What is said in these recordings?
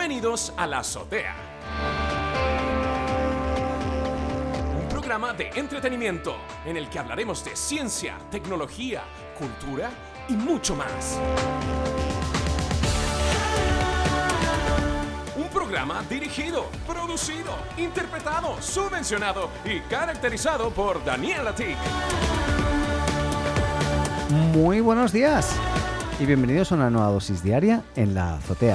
Bienvenidos a La Azotea. Un programa de entretenimiento en el que hablaremos de ciencia, tecnología, cultura y mucho más. Un programa dirigido, producido, interpretado, subvencionado y caracterizado por Daniel Atik. Muy buenos días y bienvenidos a una nueva dosis diaria en La Azotea.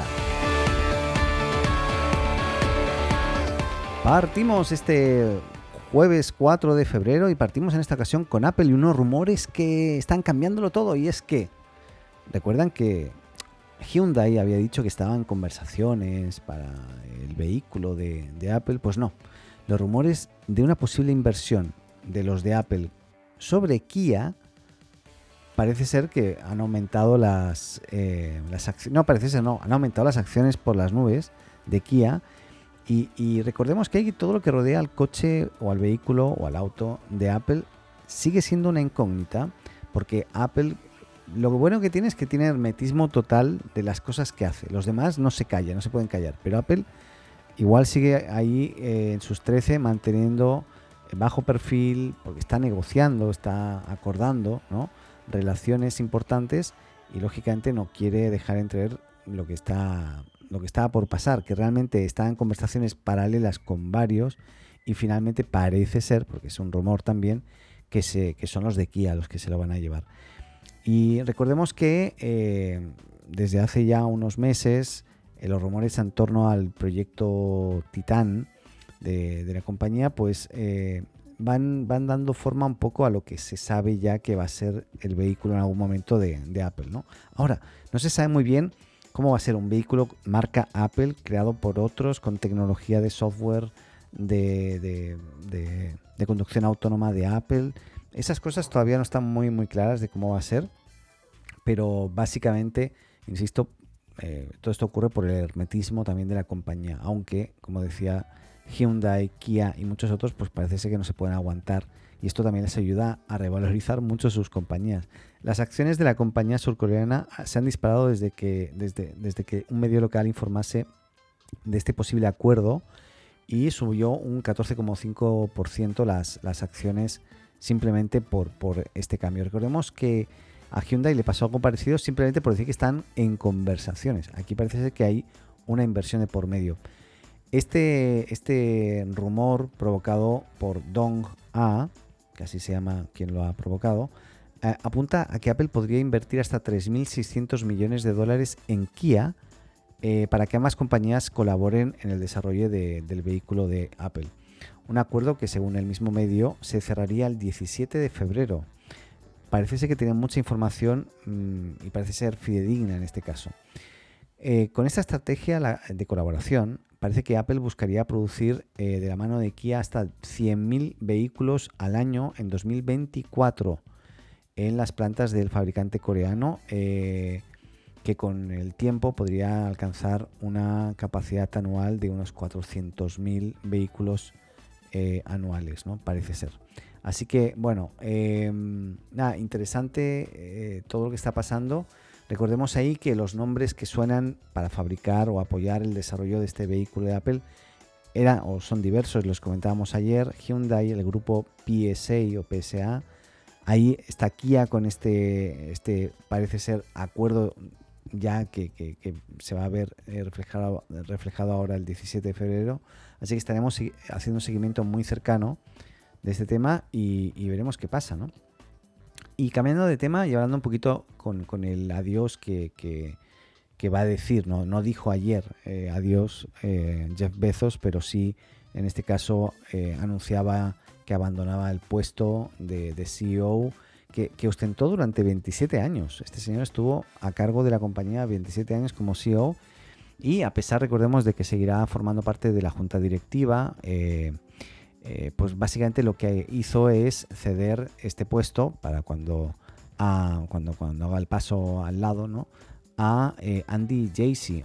Partimos este jueves 4 de febrero y partimos en esta ocasión con Apple y unos rumores que están cambiándolo todo. Y es que, ¿recuerdan que Hyundai había dicho que estaba en conversaciones para el vehículo de Apple? Pues no, los rumores de una posible inversión de los de Apple sobre Kia parece ser que han aumentado las acciones. No, parece ser no, han aumentado las acciones por las nubes de Kia. Y recordemos que todo lo que rodea al coche o al vehículo o al auto de Apple sigue siendo una incógnita, porque Apple, lo bueno que tiene es que tiene hermetismo total de las cosas que hace. Los demás no se callan, no se pueden callar, pero Apple igual sigue ahí en sus 13 manteniendo bajo perfil, porque está negociando, está acordando, ¿no?, relaciones importantes, y lógicamente no quiere dejar entrever lo que estaba por pasar, que realmente está en conversaciones paralelas con varios, y finalmente parece ser, porque es un rumor también, que son los de Kia los que se lo van a llevar. Y recordemos que desde hace ya unos meses los rumores en torno al proyecto Titan de la compañía pues van dando forma un poco a lo que se sabe ya que va a ser el vehículo en algún momento de Apple, ¿no? Ahora, no se sabe muy bien cómo va a ser un vehículo marca Apple, creado por otros, con tecnología de software de conducción autónoma de Apple. Esas cosas todavía no están muy claras de cómo va a ser, pero básicamente, insisto, todo esto ocurre por el hermetismo también de la compañía, aunque, como decía, Hyundai, Kia y muchos otros, pues parece ser que no se pueden aguantar, y esto también les ayuda a revalorizar mucho sus compañías. Las acciones de la compañía surcoreana se han disparado desde que un medio local informase de este posible acuerdo, y subió un 14,5% las acciones simplemente por este cambio. Recordemos que a Hyundai le pasó algo parecido simplemente por decir que están en conversaciones. Aquí parece ser que hay una inversión de por medio. Este rumor provocado por Dong A, que así se llama quien lo ha provocado, apunta a que Apple podría invertir hasta $3.600 millones en Kia para que ambas compañías colaboren en el desarrollo del vehículo de Apple. Un acuerdo que, según el mismo medio, se cerraría el 17 de febrero. Parece ser que tienen mucha información y parece ser fidedigna en este caso. Con esta estrategia de colaboración, parece que Apple buscaría producir de la mano de Kia hasta 100.000 vehículos al año en 2024 en las plantas del fabricante coreano, que con el tiempo podría alcanzar una capacidad anual de unos 400.000 vehículos anuales, ¿no? Parece ser. Así que, bueno, interesante todo lo que está pasando. Recordemos ahí que los nombres que suenan para fabricar o apoyar el desarrollo de este vehículo de Apple son diversos, los comentábamos ayer. Hyundai, el grupo PSA o PSA, ahí está Kia con este parece ser acuerdo ya que se va a ver reflejado ahora el 17 de febrero. Así que estaremos haciendo un seguimiento muy cercano de este tema y veremos qué pasa, ¿no? Y cambiando de tema y hablando un poquito con el adiós que va a decir, no dijo ayer adiós Jeff Bezos, pero sí en este caso anunciaba que abandonaba el puesto de CEO que ostentó durante 27 años. Este señor estuvo a cargo de la compañía 27 años como CEO, y a pesar, recordemos, de que seguirá formando parte de la junta directiva, pues básicamente lo que hizo es ceder este puesto para cuando haga el paso al lado, ¿no?, a Andy Jassy.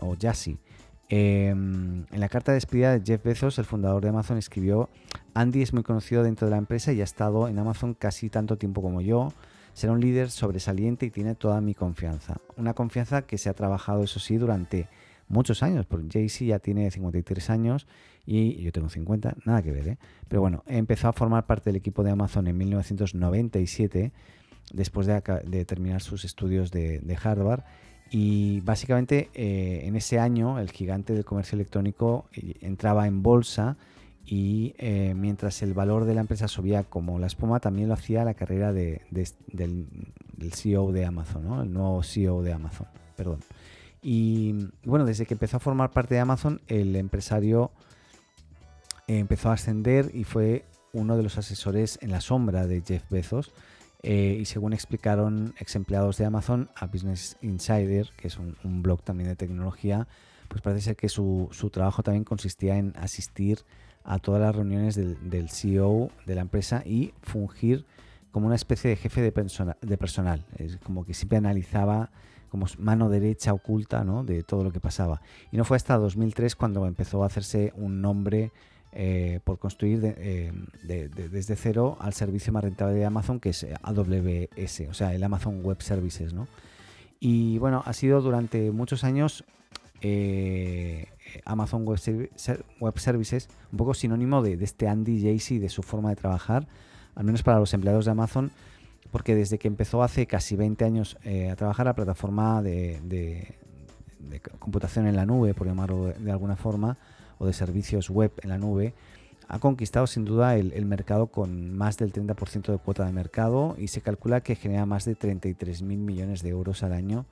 En la carta de despedida de Jeff Bezos, el fundador de Amazon, escribió: Andy es muy conocido dentro de la empresa y ha estado en Amazon casi tanto tiempo como yo. Será un líder sobresaliente y tiene toda mi confianza. Una confianza que se ha trabajado, eso sí, durante muchos años, porque Jay-Z ya tiene 53 años y yo tengo 50, nada que ver, ¿eh? Pero bueno, empezó a formar parte del equipo de Amazon en 1997, después de terminar sus estudios de Harvard. Y básicamente en ese año el gigante del comercio electrónico entraba en bolsa y mientras el valor de la empresa subía como la espuma, también lo hacía la carrera del CEO de Amazon, ¿no? El nuevo CEO de Amazon, perdón. Y bueno, desde que empezó a formar parte de Amazon, el empresario empezó a ascender y fue uno de los asesores en la sombra de Jeff Bezos. Y según explicaron ex empleados de Amazon a Business Insider, que es un blog también de tecnología, pues parece ser que su trabajo también consistía en asistir a todas las reuniones del CEO de la empresa y fungir como una especie de jefe de personal. Es como que siempre analizaba como mano derecha oculta, ¿no?, de todo lo que pasaba. Y no fue hasta 2003 cuando empezó a hacerse un nombre por construir desde cero al servicio más rentable de Amazon, que es AWS, o sea, el Amazon Web Services, ¿no? Y bueno, ha sido durante muchos años Amazon Web Services un poco sinónimo de este Andy Jassy, de su forma de trabajar, al menos para los empleados de Amazon, porque desde que empezó hace casi 20 años a trabajar, la plataforma de computación en la nube, por llamarlo de alguna forma, o de servicios web en la nube, ha conquistado sin duda el mercado con más del 30% de cuota de mercado y se calcula que genera más de 33.000 millones de euros al año.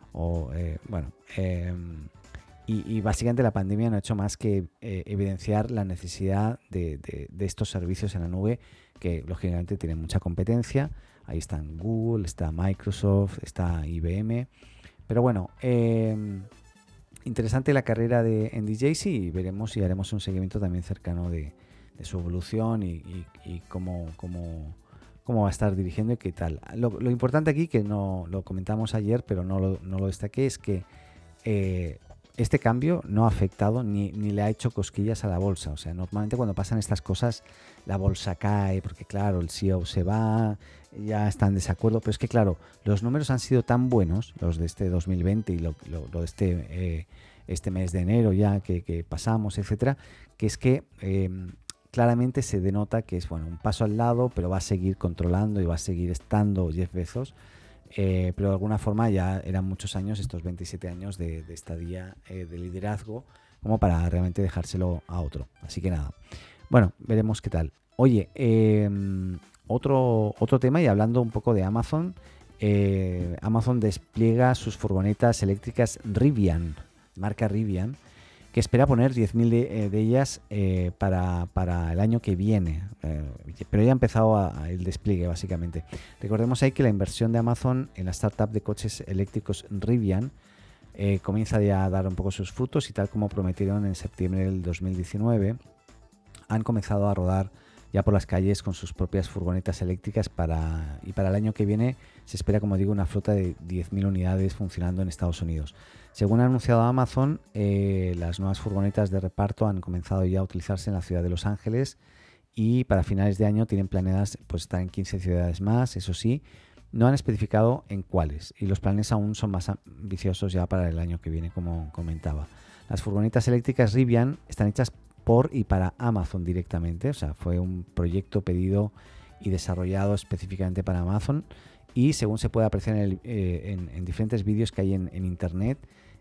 Y básicamente la pandemia no ha hecho más que evidenciar la necesidad de estos servicios en la nube, que lógicamente tienen mucha competencia. Ahí están Google, está Microsoft, está IBM. Pero bueno, interesante la carrera de Andy Jassy y veremos y haremos un seguimiento también cercano de su evolución y cómo va a estar dirigiendo y qué tal. Lo importante aquí, que no lo comentamos ayer, pero no lo destaqué, es que este cambio no ha afectado ni le ha hecho cosquillas a la bolsa. O sea, normalmente cuando pasan estas cosas, la bolsa cae porque, claro, el CEO se va, ya está en desacuerdo. Pero es que, claro, los números han sido tan buenos, los de este 2020 y lo de este mes de enero ya que pasamos, etcétera, que es que claramente se denota que es, bueno, un paso al lado, pero va a seguir controlando y va a seguir estando Jeff Bezos. Pero de alguna forma ya eran muchos años, estos 27 años de estadía de liderazgo, como para realmente dejárselo a otro. Así que nada, bueno, veremos qué tal. Oye, otro tema, y hablando un poco de Amazon, Amazon despliega sus furgonetas eléctricas Rivian, marca Rivian, que espera poner 10.000 de ellas para el año que viene. Pero ya ha empezado el despliegue, básicamente. Recordemos ahí que la inversión de Amazon en la startup de coches eléctricos Rivian comienza ya a dar un poco sus frutos, y tal como prometieron en septiembre del 2019, han comenzado a rodar ya por las calles con sus propias furgonetas eléctricas y para el año que viene se espera, como digo, una flota de 10.000 unidades funcionando en Estados Unidos. Según ha anunciado Amazon, las nuevas furgonetas de reparto han comenzado ya a utilizarse en la ciudad de Los Ángeles y para finales de año tienen planeadas pues estar en 15 ciudades más. Eso sí, no han especificado en cuáles y los planes aún son más ambiciosos ya para el año que viene, como comentaba. Las furgonetas eléctricas Rivian están hechas por y para Amazon directamente, o sea, fue un proyecto pedido y desarrollado específicamente para Amazon, y según se puede apreciar en diferentes vídeos que hay en internet,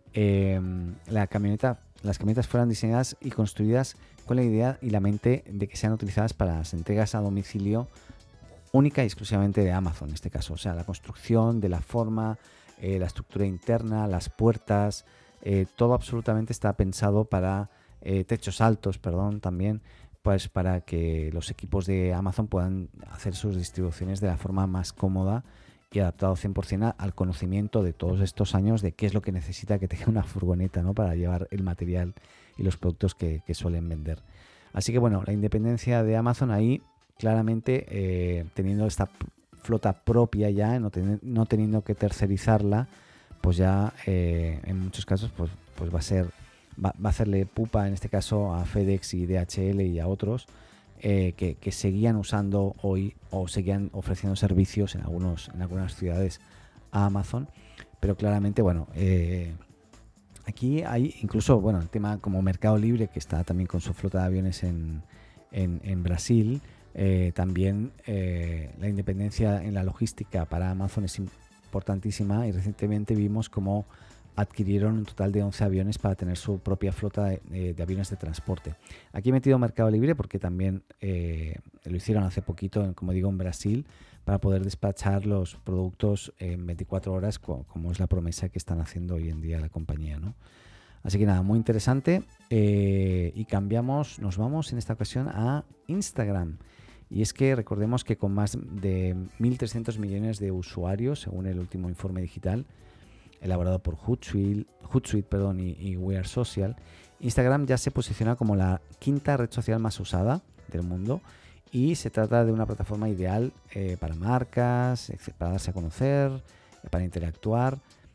las camionetas fueron diseñadas y construidas con la idea y la mente de que sean utilizadas para las entregas a domicilio única y exclusivamente de Amazon en este caso. O sea, la construcción de la forma, la estructura interna, las puertas, todo absolutamente está pensado para techos altos, también, pues para que los equipos de Amazon puedan hacer sus distribuciones de la forma más cómoda y adaptado 100% al conocimiento de todos estos años de qué es lo que necesita que tenga una furgoneta, ¿no?, para llevar el material y los productos que suelen vender. Así que bueno, la independencia de Amazon ahí, claramente teniendo esta flota propia ya, no teniendo que tercerizarla, pues ya en muchos casos pues va a hacerle pupa en este caso a FedEx y DHL y a otros que seguían usando hoy o seguían ofreciendo servicios en algunas ciudades a Amazon, pero claramente bueno, hay Aquí hay incluso, bueno, el tema como Mercado Libre, que está también con su flota de aviones en Brasil. También la independencia en la logística para Amazon es importantísima, y recientemente vimos cómo adquirieron un total de 11 aviones para tener su propia flota de aviones de transporte. Aquí he metido Mercado Libre porque también lo hicieron hace poquito, como digo, en Brasil, para poder despachar los productos en 24 horas, como es la promesa que están haciendo hoy en día la compañía, ¿no? Así que nada, muy interesante. Y nos vamos en esta ocasión a Instagram. Y es que recordemos que con más de 1.300 millones de usuarios, según el último informe digital elaborado por Hootsuite, y We Are Social, Instagram ya se posiciona como la quinta red social más usada del mundo, y se trata de una plataforma ideal para marcas, para darse a conocer, para interactuar,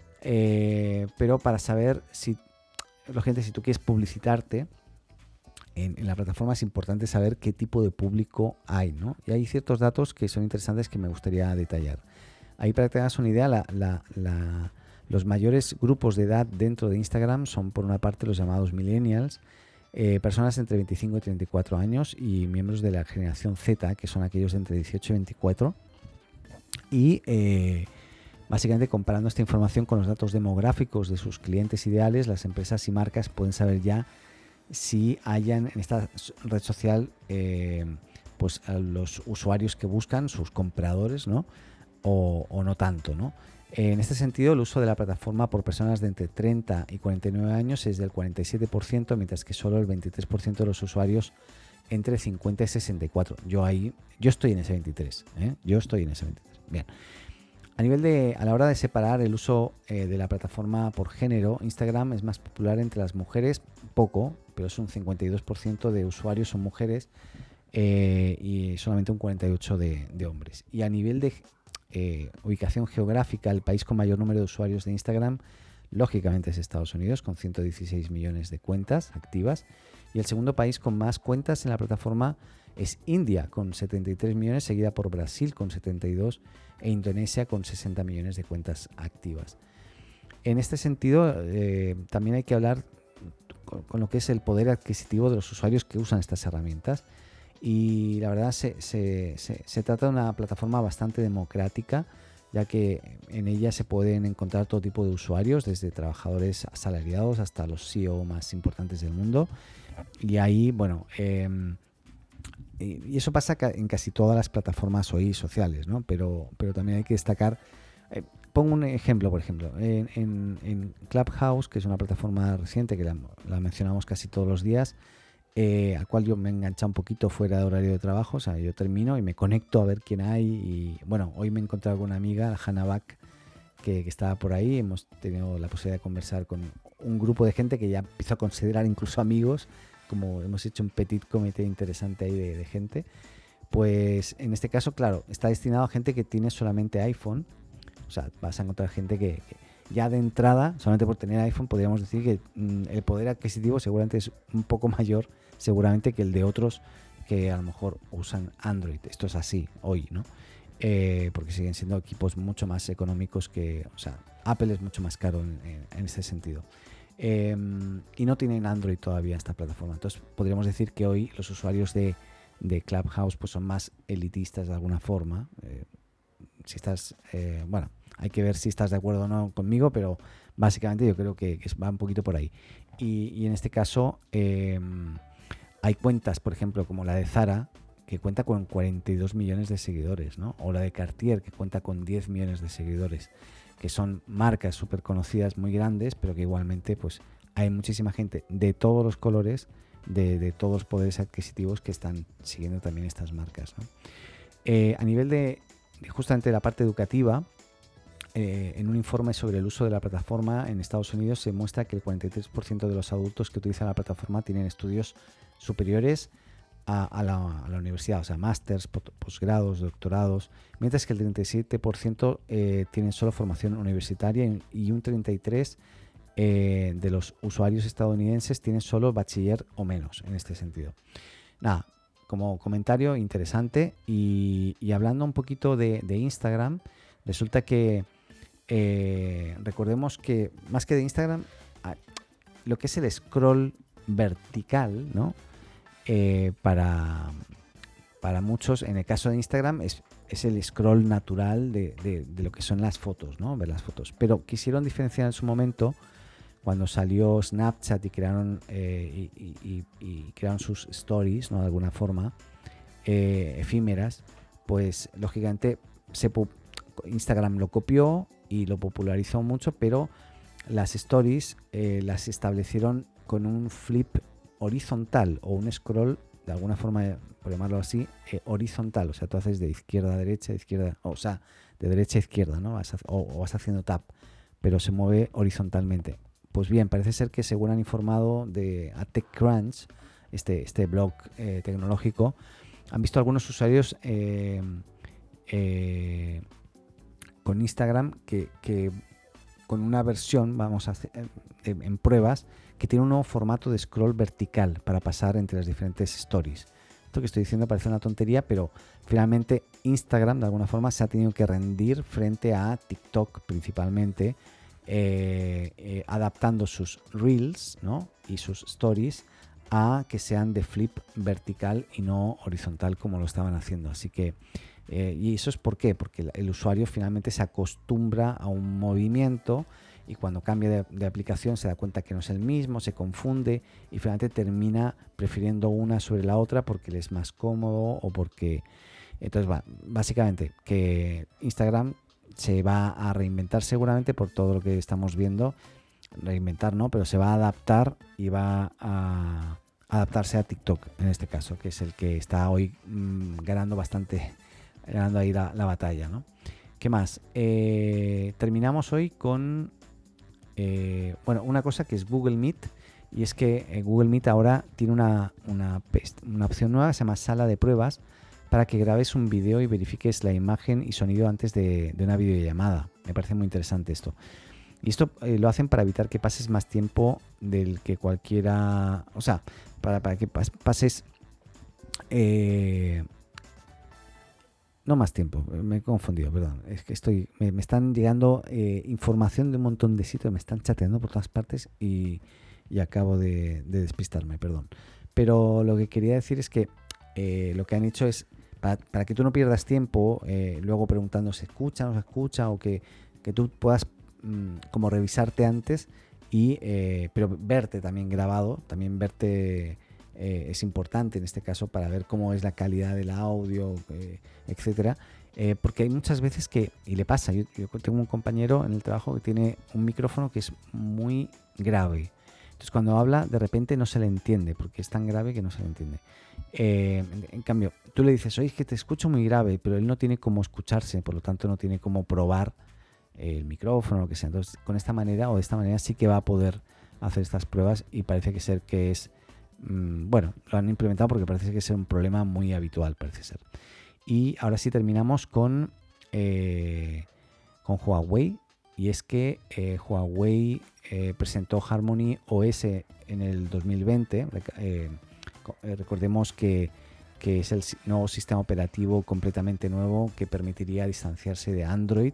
pero para saber si tú quieres publicitarte en la plataforma, es importante saber qué tipo de público hay, ¿no? Y hay ciertos datos que son interesantes que me gustaría detallar. Ahí, para que te hagas una idea, los mayores grupos de edad dentro de Instagram son, por una parte, los llamados millennials, personas entre 25 y 34 años, y miembros de la generación Z, que son aquellos de entre 18 y 24. Y básicamente, comparando esta información con los datos demográficos de sus clientes ideales, las empresas y marcas pueden saber ya si hayan en esta red social pues a los usuarios que buscan, sus compradores, ¿no? O no tanto, ¿no? En este sentido, el uso de la plataforma por personas de entre 30 y 49 años es del 47%, mientras que solo el 23% de los usuarios entre 50 y 64. Yo estoy en ese 23, ¿eh? Yo estoy en ese 23. Bien. A la hora de separar el uso de la plataforma por género, Instagram es más popular entre las mujeres, poco, pero es un 52% de usuarios son mujeres, y solamente un 48% de hombres. Y a nivel de ubicación geográfica, el país con mayor número de usuarios de Instagram, lógicamente, es Estados Unidos, con 116 millones de cuentas activas, y el segundo país con más cuentas en la plataforma es India, con 73 millones, seguida por Brasil con 72 e Indonesia con 60 millones de cuentas activas. En este sentido, también hay que hablar con lo que es el poder adquisitivo de los usuarios que usan estas herramientas. Y la verdad, se trata de una plataforma bastante democrática, ya que en ella se pueden encontrar todo tipo de usuarios, desde trabajadores asalariados hasta los CEO más importantes del mundo. Y ahí, bueno, y eso pasa en casi todas las plataformas hoy sociales, ¿no? Pero también hay que destacar, pongo un ejemplo, por ejemplo, en Clubhouse, que es una plataforma reciente que la mencionamos casi todos los días, al cual yo me he enganchado un poquito fuera de horario de trabajo. O sea, yo termino y me conecto a ver quién hay, y bueno, hoy me he encontrado con una amiga, Hannah Back, que estaba por ahí. Hemos tenido la posibilidad de conversar con un grupo de gente que ya empiezo a considerar incluso amigos, como hemos hecho un petit comité interesante ahí de gente. Pues en este caso, claro, está destinado a gente que tiene solamente iPhone. O sea, vas a encontrar gente que ya de entrada, solamente por tener iPhone, podríamos decir que el poder adquisitivo seguramente es un poco mayor, seguramente, que el de otros que a lo mejor usan Android. Esto es así hoy, ¿no? Porque siguen siendo equipos mucho más económicos o sea, Apple es mucho más caro en ese sentido. Y no tienen Android todavía esta plataforma. Entonces podríamos decir que hoy los usuarios de Clubhouse pues son más elitistas de alguna forma. Si estás, bueno, hay que ver si estás de acuerdo o no conmigo, pero básicamente yo creo que va un poquito por ahí. Y en este caso hay cuentas, por ejemplo, como la de Zara, que cuenta con 42 millones de seguidores, ¿no? O la de Cartier, que cuenta con 10 millones de seguidores, que son marcas súper conocidas, muy grandes, pero que igualmente pues hay muchísima gente de todos los colores, de todos los poderes adquisitivos, que están siguiendo también estas marcas, ¿no? A nivel de justamente la parte educativa, en un informe sobre el uso de la plataforma en Estados Unidos se muestra que el 43% de los adultos que utilizan la plataforma tienen estudios superiores a la universidad, o sea, másters, posgrados, doctorados, mientras que el 37% tienen solo formación universitaria, y un 33% de los usuarios estadounidenses tienen solo bachiller o menos en este sentido. Nada, como comentario interesante. Y hablando un poquito de Instagram, resulta que recordemos que más que de Instagram, lo que es el scroll vertical, ¿no? Para muchos, en el caso de Instagram, es el scroll natural de lo que son las fotos, ¿no? Ver las fotos. Pero quisieron diferenciar en su momento, cuando salió Snapchat y crearon, y crearon sus stories, ¿no? De alguna forma, efímeras, pues lógicamente Instagram lo copió y lo popularizó mucho, pero las stories las establecieron con un flip horizontal o un scroll, de alguna forma, por llamarlo así, horizontal. O sea, tú haces de izquierda a derecha, o sea, de derecha a izquierda, ¿no? O vas haciendo tap, pero se mueve horizontalmente. Pues bien, parece ser que, según han informado a TechCrunch, este blog tecnológico, han visto algunos usuarios con Instagram que con una versión, vamos a hacer en pruebas, que tiene un nuevo formato de scroll vertical para pasar entre las diferentes stories. Esto que estoy diciendo parece una tontería, pero finalmente Instagram de alguna forma se ha tenido que rendir frente a TikTok principalmente, adaptando sus reels, ¿no? Y sus stories a que sean de flip vertical y no horizontal como lo estaban haciendo. Así que, y eso es ¿por qué? Porque el usuario finalmente se acostumbra a un movimiento, y cuando cambia de aplicación se da cuenta que no es el mismo, se confunde y finalmente termina prefiriendo una sobre la otra porque le es más cómodo o porque... Entonces, básicamente que Instagram se va a reinventar seguramente por todo lo que estamos viendo. Reinventar no, pero se va a adaptar y va a adaptarse a TikTok en este caso, que es el que está hoy ganando ahí la batalla, ¿no? ¿Qué más? Terminamos hoy con una cosa que es Google Meet, y es que Google Meet ahora tiene una opción nueva que se llama sala de pruebas, para que grabes un vídeo y verifiques la imagen y sonido antes de una videollamada. Me parece muy interesante esto. Y esto lo hacen para evitar que pases más tiempo del que cualquiera... O sea, para que pases... no más tiempo, me he confundido, perdón. Es que me están llegando información de un montón de sitios, me están chateando por todas partes y acabo de despistarme, perdón. Pero lo que quería decir es que lo que han hecho es, para que tú no pierdas tiempo luego preguntando si escucha o no se escucha, o que tú puedas como revisarte antes, pero verte también grabado, también verte... es importante en este caso para ver cómo es la calidad del audio, etcétera, porque hay muchas veces y le pasa, yo tengo un compañero en el trabajo que tiene un micrófono que es muy grave, entonces cuando habla de repente no se le entiende porque es tan grave que no se le entiende. En cambio, tú le dices, oye, es que te escucho muy grave, pero él no tiene cómo escucharse, por lo tanto no tiene cómo probar el micrófono o lo que sea. Entonces, de esta manera sí que va a poder hacer estas pruebas, y parece que es lo han implementado porque parece que es un problema muy habitual, parece ser. Y ahora sí terminamos con Huawei, y es que Huawei presentó Harmony OS en el 2020. Recordemos que es el nuevo sistema operativo completamente nuevo que permitiría distanciarse de Android,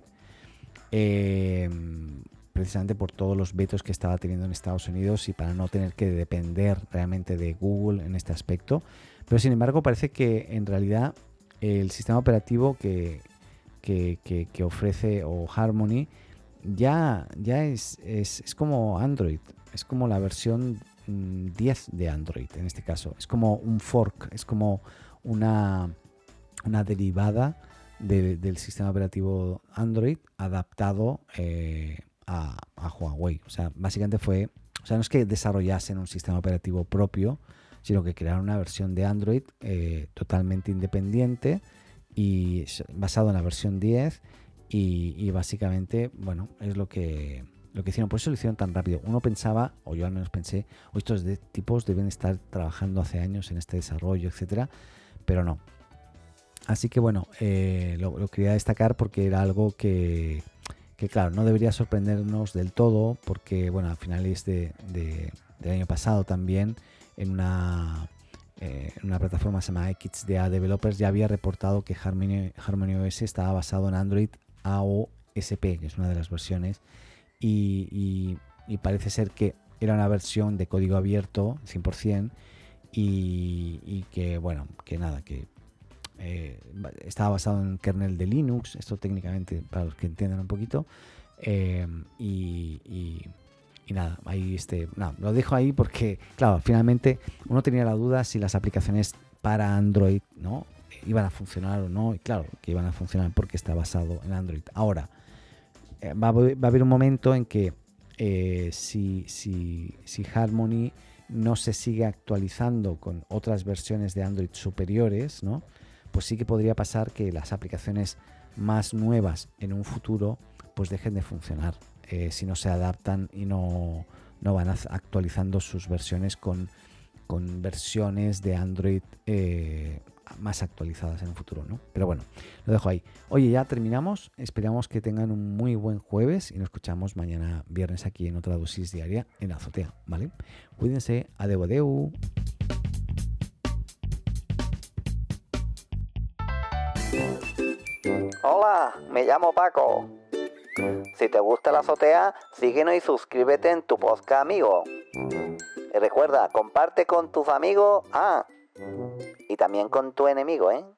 precisamente por todos los vetos que estaba teniendo en Estados Unidos y para no tener que depender realmente de Google en este aspecto. Pero sin embargo parece que en realidad el sistema operativo que ofrece Harmony ya es como Android, es como la versión 10 de Android en este caso, es como un fork, es como una derivada del sistema operativo Android adaptado a Huawei. O sea, básicamente no es que desarrollasen un sistema operativo propio, sino que crearon una versión de Android totalmente independiente y basado en la versión 10, y básicamente, es lo que hicieron. Por eso lo hicieron tan rápido. Uno pensaba, o yo al menos pensé, estos tipos deben estar trabajando hace años en este desarrollo, etcétera, pero no. Así que lo quería destacar porque era algo que claro, no debería sorprendernos del todo, porque a finales del año pasado también en una plataforma que se llama XDA Developers ya había reportado que Harmony OS estaba basado en Android AOSP, que es una de las versiones, y parece ser que era una versión de código abierto 100% y que, bueno, que nada, que estaba basado en un kernel de Linux, esto técnicamente para los que entiendan un poquito, y nada, ahí lo dejo ahí porque, claro, finalmente uno tenía la duda si las aplicaciones para Android, ¿no?, iban a funcionar o no, y claro, que iban a funcionar porque está basado en Android. Ahora, va a haber un momento en que si Harmony no se sigue actualizando con otras versiones de Android superiores, ¿no?, pues sí que podría pasar que las aplicaciones más nuevas en un futuro pues dejen de funcionar si no se adaptan y no van actualizando sus versiones con versiones de Android más actualizadas en un futuro, ¿no? Pero bueno, lo dejo ahí. Oye, ya terminamos. Esperamos que tengan un muy buen jueves y nos escuchamos mañana viernes aquí en otra dosis diaria en la azotea, ¿vale? Cuídense. Adeu, adeu. Hola, me llamo Paco. Si te gusta la azotea, síguenos y suscríbete en tu podcast amigo. Y recuerda, comparte con tus amigos, y también con tu enemigo, ¿eh?